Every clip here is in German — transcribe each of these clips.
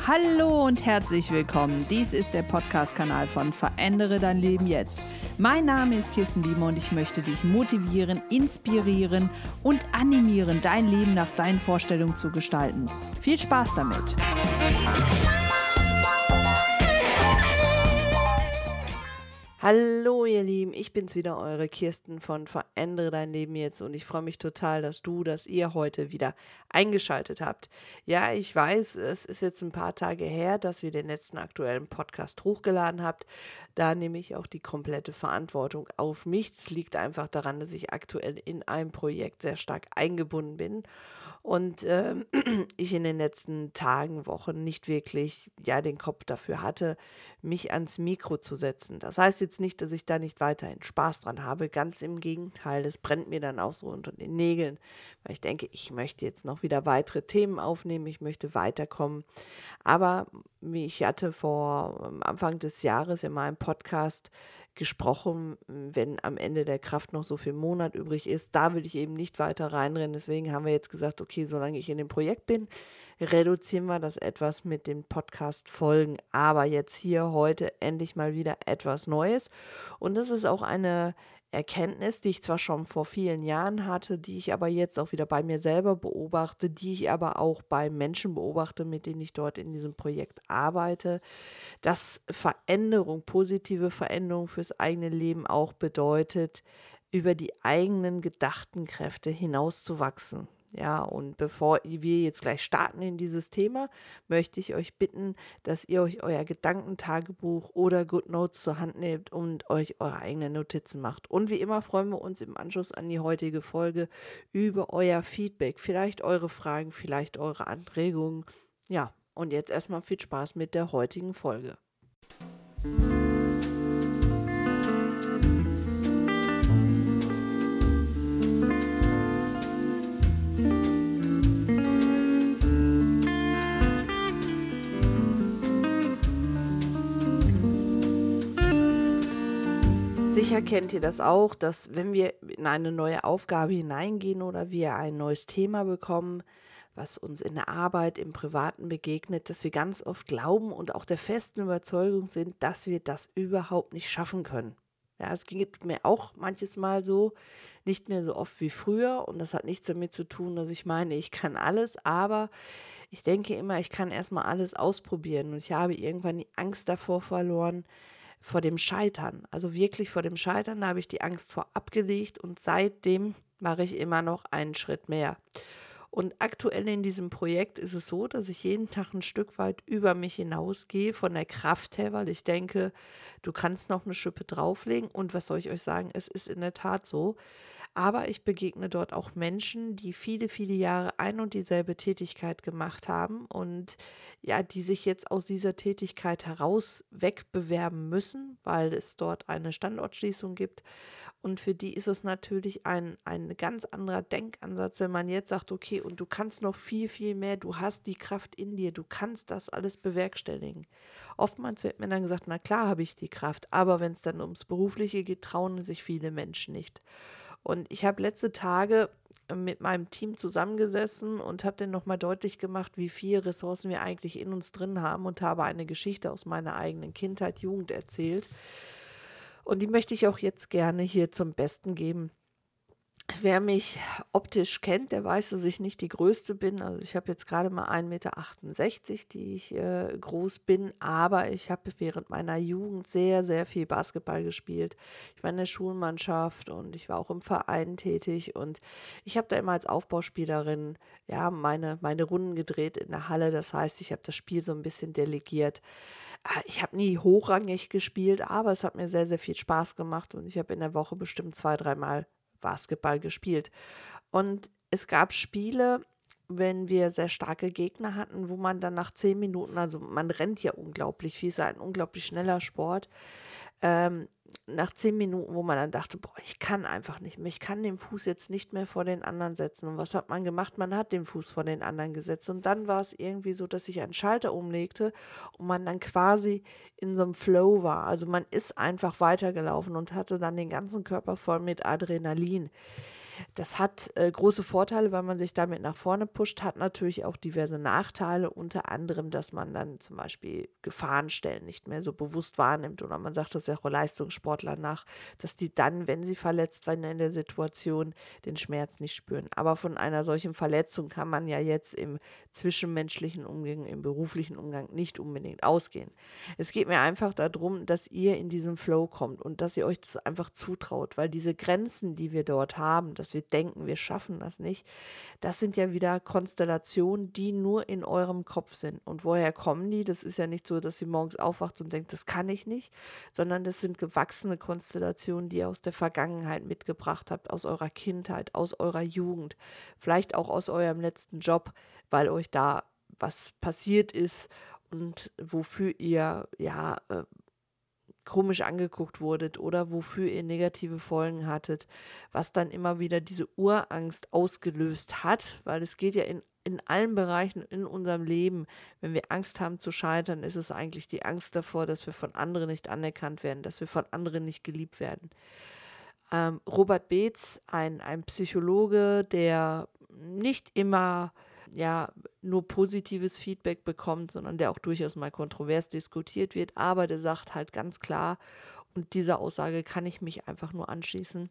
Hallo und herzlich willkommen. Dies ist der Podcast-Kanal von Verändere dein Leben jetzt. Mein Name ist Kirsten Biemer und ich möchte dich motivieren, inspirieren und animieren, dein Leben nach deinen Vorstellungen zu gestalten. Viel Spaß damit! Hallo ihr Lieben, ich bin's wieder, eure Kirsten von Verändere dein Leben jetzt und ich freue mich total, dass ihr heute wieder eingeschaltet habt. Ja, ich weiß, es ist jetzt ein paar Tage her, dass wir den letzten aktuellen Podcast hochgeladen habt. Da nehme ich auch die komplette Verantwortung auf mich. Es liegt einfach daran, dass ich aktuell in einem Projekt sehr stark eingebunden bin und ich in den letzten Tagen, Wochen nicht wirklich den Kopf dafür hatte, mich ans Mikro zu setzen. Das heißt jetzt nicht, dass ich da nicht weiterhin Spaß dran habe. Ganz im Gegenteil, es brennt mir dann auch so unter den Nägeln, weil ich denke, ich möchte jetzt noch wieder weitere Themen aufnehmen, ich möchte weiterkommen. Aber ich hatte vor Anfang des Jahres in meinem Podcast gesprochen, wenn am Ende der Kraft noch so viel Monat übrig ist, da will ich eben nicht weiter reinrennen. Deswegen haben wir jetzt gesagt, okay, solange ich in dem Projekt bin, reduzieren wir das etwas mit den Podcast-Folgen. Aber jetzt hier heute endlich mal wieder etwas Neues. Und das ist auch eine Erkenntnis, die ich zwar schon vor vielen Jahren hatte, die ich aber jetzt auch wieder bei mir selber beobachte, die ich aber auch bei Menschen beobachte, mit denen ich dort in diesem Projekt arbeite, dass Veränderung, positive Veränderung fürs eigene Leben auch bedeutet, über die eigenen gedachten Kräfte hinauszuwachsen. Ja, und bevor wir jetzt gleich starten in dieses Thema, möchte ich euch bitten, dass ihr euch euer Gedankentagebuch oder GoodNotes zur Hand nehmt und euch eure eigenen Notizen macht. Und wie immer freuen wir uns im Anschluss an die heutige Folge über euer Feedback, vielleicht eure Fragen, vielleicht eure Anregungen. Ja, und jetzt erstmal viel Spaß mit der heutigen Folge. Sicher kennt ihr das auch, dass wenn wir in eine neue Aufgabe hineingehen oder wir ein neues Thema bekommen, was uns in der Arbeit, im Privaten begegnet, dass wir ganz oft glauben und auch der festen Überzeugung sind, dass wir das überhaupt nicht schaffen können. Ja, es geht mir auch manches Mal so, nicht mehr so oft wie früher und das hat nichts damit zu tun, dass ich meine, ich kann alles, aber ich denke immer, ich kann erstmal alles ausprobieren und ich habe irgendwann die Angst davor verloren, vor dem Scheitern. Also wirklich vor dem Scheitern, da habe ich die Angst vor abgelegt und seitdem mache ich immer noch einen Schritt mehr. Und aktuell in diesem Projekt ist es so, dass ich jeden Tag ein Stück weit über mich hinausgehe von der Kraft her, weil ich denke, du kannst noch eine Schippe drauflegen und was soll ich euch sagen, es ist in der Tat so. Aber ich begegne dort auch Menschen, die viele, viele Jahre ein und dieselbe Tätigkeit gemacht haben und ja, die sich jetzt aus dieser Tätigkeit heraus wegbewerben müssen, weil es dort eine Standortschließung gibt. Und für die ist es natürlich ein ganz anderer Denkansatz, wenn man jetzt sagt, okay, und du kannst noch viel, viel mehr, du hast die Kraft in dir, du kannst das alles bewerkstelligen. Oftmals wird mir dann gesagt, na klar habe ich die Kraft, aber wenn es dann ums Berufliche geht, trauen sich viele Menschen nicht. Und ich habe letzte Tage mit meinem Team zusammengesessen und habe dann nochmal deutlich gemacht, wie viele Ressourcen wir eigentlich in uns drin haben und habe eine Geschichte aus meiner eigenen Kindheit, Jugend erzählt. Und die möchte ich auch jetzt gerne hier zum Besten geben. Wer mich optisch kennt, der weiß, dass ich nicht die Größte bin. Also ich habe jetzt gerade mal 1,68 Meter, die ich groß bin, aber ich habe während meiner Jugend sehr, sehr viel Basketball gespielt. Ich war in der Schulmannschaft und ich war auch im Verein tätig und ich habe da immer als Aufbauspielerin meine Runden gedreht in der Halle. Das heißt, ich habe das Spiel so ein bisschen delegiert. Ich habe nie hochrangig gespielt, aber es hat mir sehr, sehr viel Spaß gemacht und ich habe in der Woche bestimmt 2, 3 Mal Basketball gespielt. Und es gab Spiele, wenn wir sehr starke Gegner hatten, wo man dann nach 10 Minuten, also man rennt ja unglaublich viel, es ist ein unglaublich schneller Sport, nach 10 Minuten, wo man dann dachte, boah, ich kann einfach nicht mehr, ich kann den Fuß jetzt nicht mehr vor den anderen setzen. Und was hat man gemacht? Man hat den Fuß vor den anderen gesetzt. Und dann war es irgendwie so, dass sich ein Schalter umlegte und man dann quasi in so einem Flow war. Also man ist einfach weitergelaufen und hatte dann den ganzen Körper voll mit Adrenalin. Das hat große Vorteile, weil man sich damit nach vorne pusht, hat natürlich auch diverse Nachteile, unter anderem, dass man dann zum Beispiel Gefahrenstellen nicht mehr so bewusst wahrnimmt oder man sagt das ja auch Leistungssportlern nach, dass die dann, wenn sie verletzt werden in der Situation, den Schmerz nicht spüren. Aber von einer solchen Verletzung kann man ja jetzt im zwischenmenschlichen Umgang, im beruflichen Umgang nicht unbedingt ausgehen. Es geht mir einfach darum, dass ihr in diesen Flow kommt und dass ihr euch das einfach zutraut, weil diese Grenzen, die wir dort haben, dass wir denken, wir schaffen das nicht, das sind ja wieder Konstellationen, die nur in eurem Kopf sind. Und woher kommen die? Das ist ja nicht so, dass ihr morgens aufwacht und denkt, das kann ich nicht, sondern das sind gewachsene Konstellationen, die ihr aus der Vergangenheit mitgebracht habt, aus eurer Kindheit, aus eurer Jugend, vielleicht auch aus eurem letzten Job, weil euch da was passiert ist und wofür ihr komisch angeguckt wurdet oder wofür ihr negative Folgen hattet, was dann immer wieder diese Urangst ausgelöst hat, weil es geht ja in allen Bereichen in unserem Leben, wenn wir Angst haben zu scheitern, ist es eigentlich die Angst davor, dass wir von anderen nicht anerkannt werden, dass wir von anderen nicht geliebt werden. Robert Beetz, ein Psychologe, der nicht immer nur positives Feedback bekommt, sondern der auch durchaus mal kontrovers diskutiert wird, aber der sagt halt ganz klar, und dieser Aussage kann ich mich einfach nur anschließen,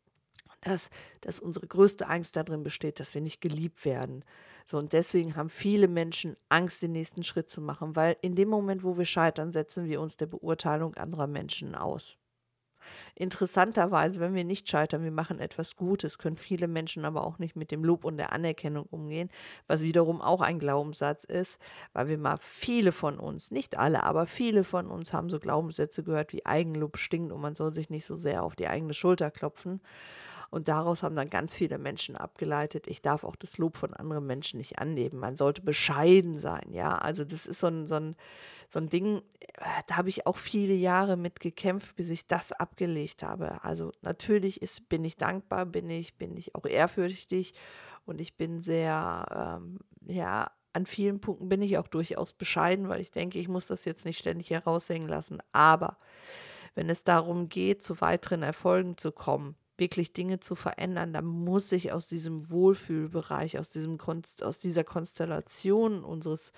dass unsere größte Angst darin besteht, dass wir nicht geliebt werden. So, und deswegen haben viele Menschen Angst, den nächsten Schritt zu machen, weil in dem Moment, wo wir scheitern, setzen wir uns der Beurteilung anderer Menschen aus. Interessanterweise, wenn wir nicht scheitern, wir machen etwas Gutes, können viele Menschen aber auch nicht mit dem Lob und der Anerkennung umgehen, was wiederum auch ein Glaubenssatz ist, weil viele von uns, nicht alle, aber viele von uns haben so Glaubenssätze gehört wie Eigenlob stinkt und man soll sich nicht so sehr auf die eigene Schulter klopfen. Und daraus haben dann ganz viele Menschen abgeleitet, ich darf auch das Lob von anderen Menschen nicht annehmen. Man sollte bescheiden sein, ja. Also das ist so ein Ding, da habe ich auch viele Jahre mit gekämpft, bis ich das abgelegt habe. Also natürlich bin ich dankbar, bin ich auch ehrfürchtig und ich bin sehr, an vielen Punkten bin ich auch durchaus bescheiden, weil ich denke, ich muss das jetzt nicht ständig heraushängen lassen. Aber wenn es darum geht, zu weiteren Erfolgen zu kommen, wirklich Dinge zu verändern, dann muss ich aus diesem Wohlfühlbereich, aus dieser Konstellation unseres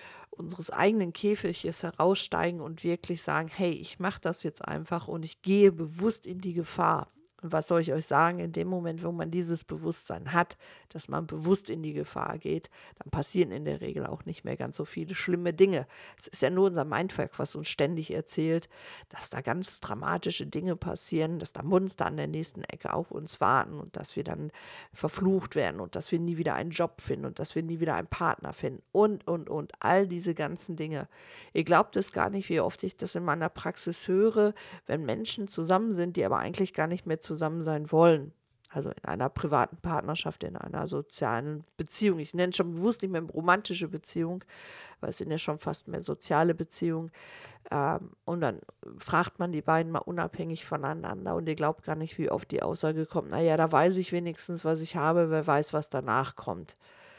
eigenen Käfiges heraussteigen und wirklich sagen, hey, ich mache das jetzt einfach und ich gehe bewusst in die Gefahr. Und was soll ich euch sagen, in dem Moment, wo man dieses Bewusstsein hat, dass man bewusst in die Gefahr geht, dann passieren in der Regel auch nicht mehr ganz so viele schlimme Dinge. Es ist ja nur unser Mindfuck, was uns ständig erzählt, dass da ganz dramatische Dinge passieren, dass da Monster an der nächsten Ecke auf uns warten und dass wir dann verflucht werden und dass wir nie wieder einen Job finden und dass wir nie wieder einen Partner finden und. All diese ganzen Dinge. Ihr glaubt es gar nicht, wie oft ich das in meiner Praxis höre, wenn Menschen zusammen sind, die aber eigentlich gar nicht mehr zusammen sein wollen. Also in einer privaten Partnerschaft, in einer sozialen Beziehung. Ich nenne es schon bewusst nicht mehr romantische Beziehung, weil es sind ja schon fast mehr soziale Beziehungen. Und dann fragt man die beiden mal unabhängig voneinander und ihr glaubt gar nicht, wie oft die Aussage kommt, naja, da weiß ich wenigstens, was ich habe, wer weiß, was danach kommt.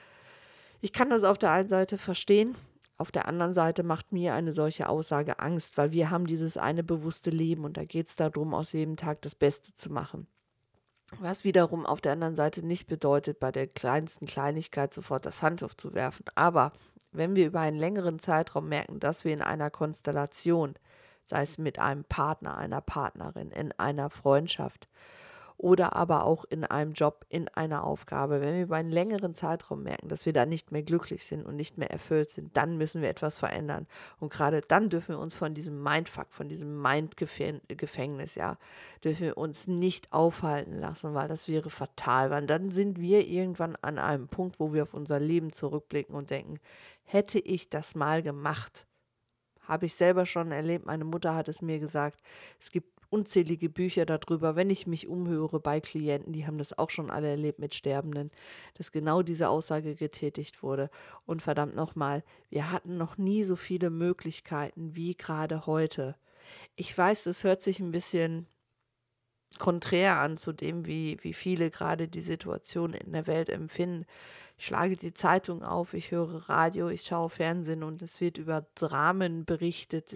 Ich kann das auf der einen Seite verstehen, auf der anderen Seite macht mir eine solche Aussage Angst, weil wir haben dieses eine bewusste Leben und da geht es darum, aus jedem Tag das Beste zu machen. Was wiederum auf der anderen Seite nicht bedeutet, bei der kleinsten Kleinigkeit sofort das Handtuch zu werfen. Aber wenn wir über einen längeren Zeitraum merken, dass wir in einer Konstellation, sei es mit einem Partner, einer Partnerin, in einer Freundschaft oder aber auch in einem Job, in einer Aufgabe, wenn wir über einen längeren Zeitraum merken, dass wir da nicht mehr glücklich sind und nicht mehr erfüllt sind, dann müssen wir etwas verändern. Und gerade dann dürfen wir uns von diesem Mindfuck, von diesem Mindgefängnis, dürfen wir uns nicht aufhalten lassen, weil das wäre fatal. Weil dann sind wir irgendwann an einem Punkt, wo wir auf unser Leben zurückblicken und denken, hätte ich das mal gemacht, habe ich selber schon erlebt, meine Mutter hat es mir gesagt, es gibt unzählige Bücher darüber, wenn ich mich umhöre bei Klienten, die haben das auch schon alle erlebt mit Sterbenden, dass genau diese Aussage getätigt wurde. Und verdammt nochmal, wir hatten noch nie so viele Möglichkeiten wie gerade heute. Ich weiß, das hört sich ein bisschen konträr an zu dem, wie viele gerade die Situation in der Welt empfinden. Ich schlage die Zeitung auf, ich höre Radio, ich schaue Fernsehen und es wird über Dramen berichtet.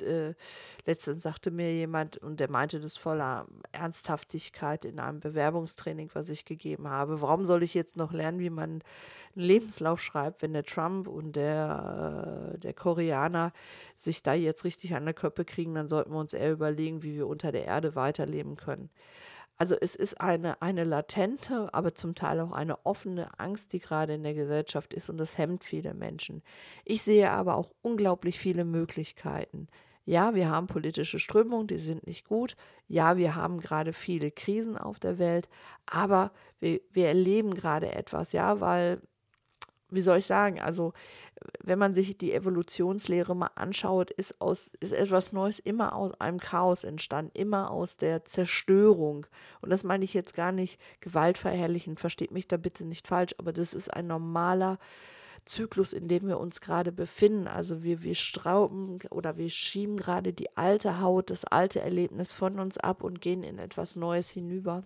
Letztens sagte mir jemand, und der meinte das voller Ernsthaftigkeit in einem Bewerbungstraining, was ich gegeben habe. Warum soll ich jetzt noch lernen, wie man einen Lebenslauf schreibt, wenn der Trump und der Koreaner sich da jetzt richtig an der Köppe kriegen, dann sollten wir uns eher überlegen, wie wir unter der Erde weiterleben können. Also es ist eine latente, aber zum Teil auch eine offene Angst, die gerade in der Gesellschaft ist und das hemmt viele Menschen. Ich sehe aber auch unglaublich viele Möglichkeiten. Ja, wir haben politische Strömungen, die sind nicht gut. Ja, wir haben gerade viele Krisen auf der Welt, aber wir erleben gerade etwas, ja, weil, wie soll ich sagen, also wenn man sich die Evolutionslehre mal anschaut, ist etwas Neues immer aus einem Chaos entstanden, immer aus der Zerstörung. Und das meine ich jetzt gar nicht gewaltverherrlichend, versteht mich da bitte nicht falsch, aber das ist ein normaler Zyklus, in dem wir uns gerade befinden. Also wir strauben oder wir schieben gerade die alte Haut, das alte Erlebnis von uns ab und gehen in etwas Neues hinüber.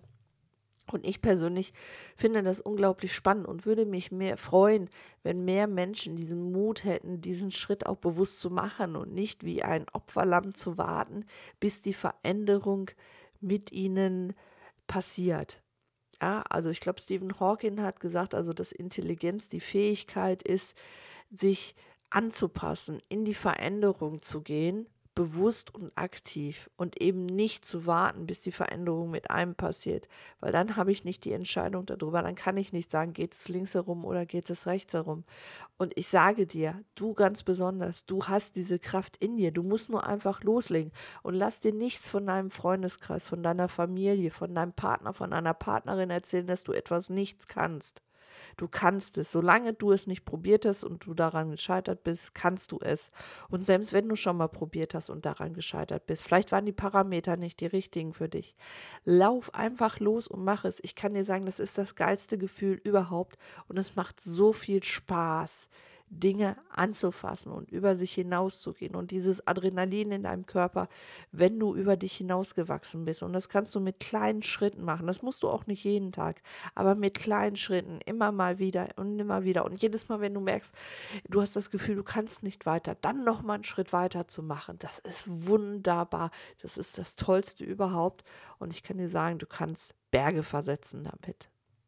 Und ich persönlich finde das unglaublich spannend und würde mich mehr freuen, wenn mehr Menschen diesen Mut hätten, diesen Schritt auch bewusst zu machen und nicht wie ein Opferlamm zu warten, bis die Veränderung mit ihnen passiert. Ja, also ich glaube, Stephen Hawking hat gesagt, also dass Intelligenz die Fähigkeit ist, sich anzupassen, in die Veränderung zu gehen, bewusst und aktiv und eben nicht zu warten, bis die Veränderung mit einem passiert, weil dann habe ich nicht die Entscheidung darüber, dann kann ich nicht sagen, geht es links herum oder geht es rechts herum. Und ich sage dir, du ganz besonders, du hast diese Kraft in dir, du musst nur einfach loslegen und lass dir nichts von deinem Freundeskreis, von deiner Familie, von deinem Partner, von deiner Partnerin erzählen, dass du etwas nichts kannst. Du kannst es. Solange du es nicht probiert hast und du daran gescheitert bist, kannst du es. Und selbst wenn du schon mal probiert hast und daran gescheitert bist, vielleicht waren die Parameter nicht die richtigen für dich. Lauf einfach los und mach es. Ich kann dir sagen, das ist das geilste Gefühl überhaupt und es macht so viel Spaß, Dinge anzufassen und über sich hinauszugehen und dieses Adrenalin in deinem Körper, wenn du über dich hinausgewachsen bist. Und das kannst du mit kleinen Schritten machen. Das musst du auch nicht jeden Tag, aber mit kleinen Schritten, immer mal wieder und immer wieder. Und jedes Mal, wenn du merkst, du hast das Gefühl, du kannst nicht weiter, dann nochmal einen Schritt weiter zu machen. Das ist wunderbar. Das ist das Tollste überhaupt. Und ich kann dir sagen, du kannst Berge versetzen damit.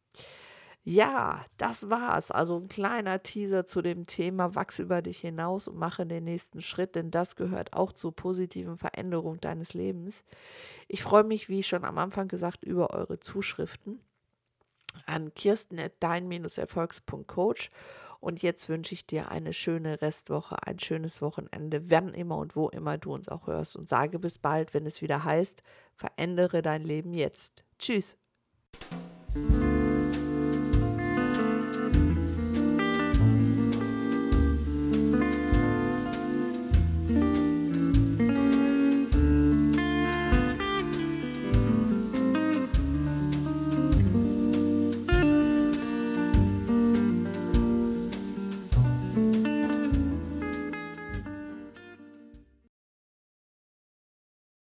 Ja, das war's. Also ein kleiner Teaser zu dem Thema, wachs über dich hinaus und mache den nächsten Schritt, denn das gehört auch zur positiven Veränderung deines Lebens. Ich freue mich, wie schon am Anfang gesagt, über eure Zuschriften an kirsten@dein-erfolgs.coach. Und jetzt wünsche ich dir eine schöne Restwoche, ein schönes Wochenende, wann immer und wo immer du uns auch hörst. Und sage bis bald, wenn es wieder heißt, verändere dein Leben jetzt. Tschüss.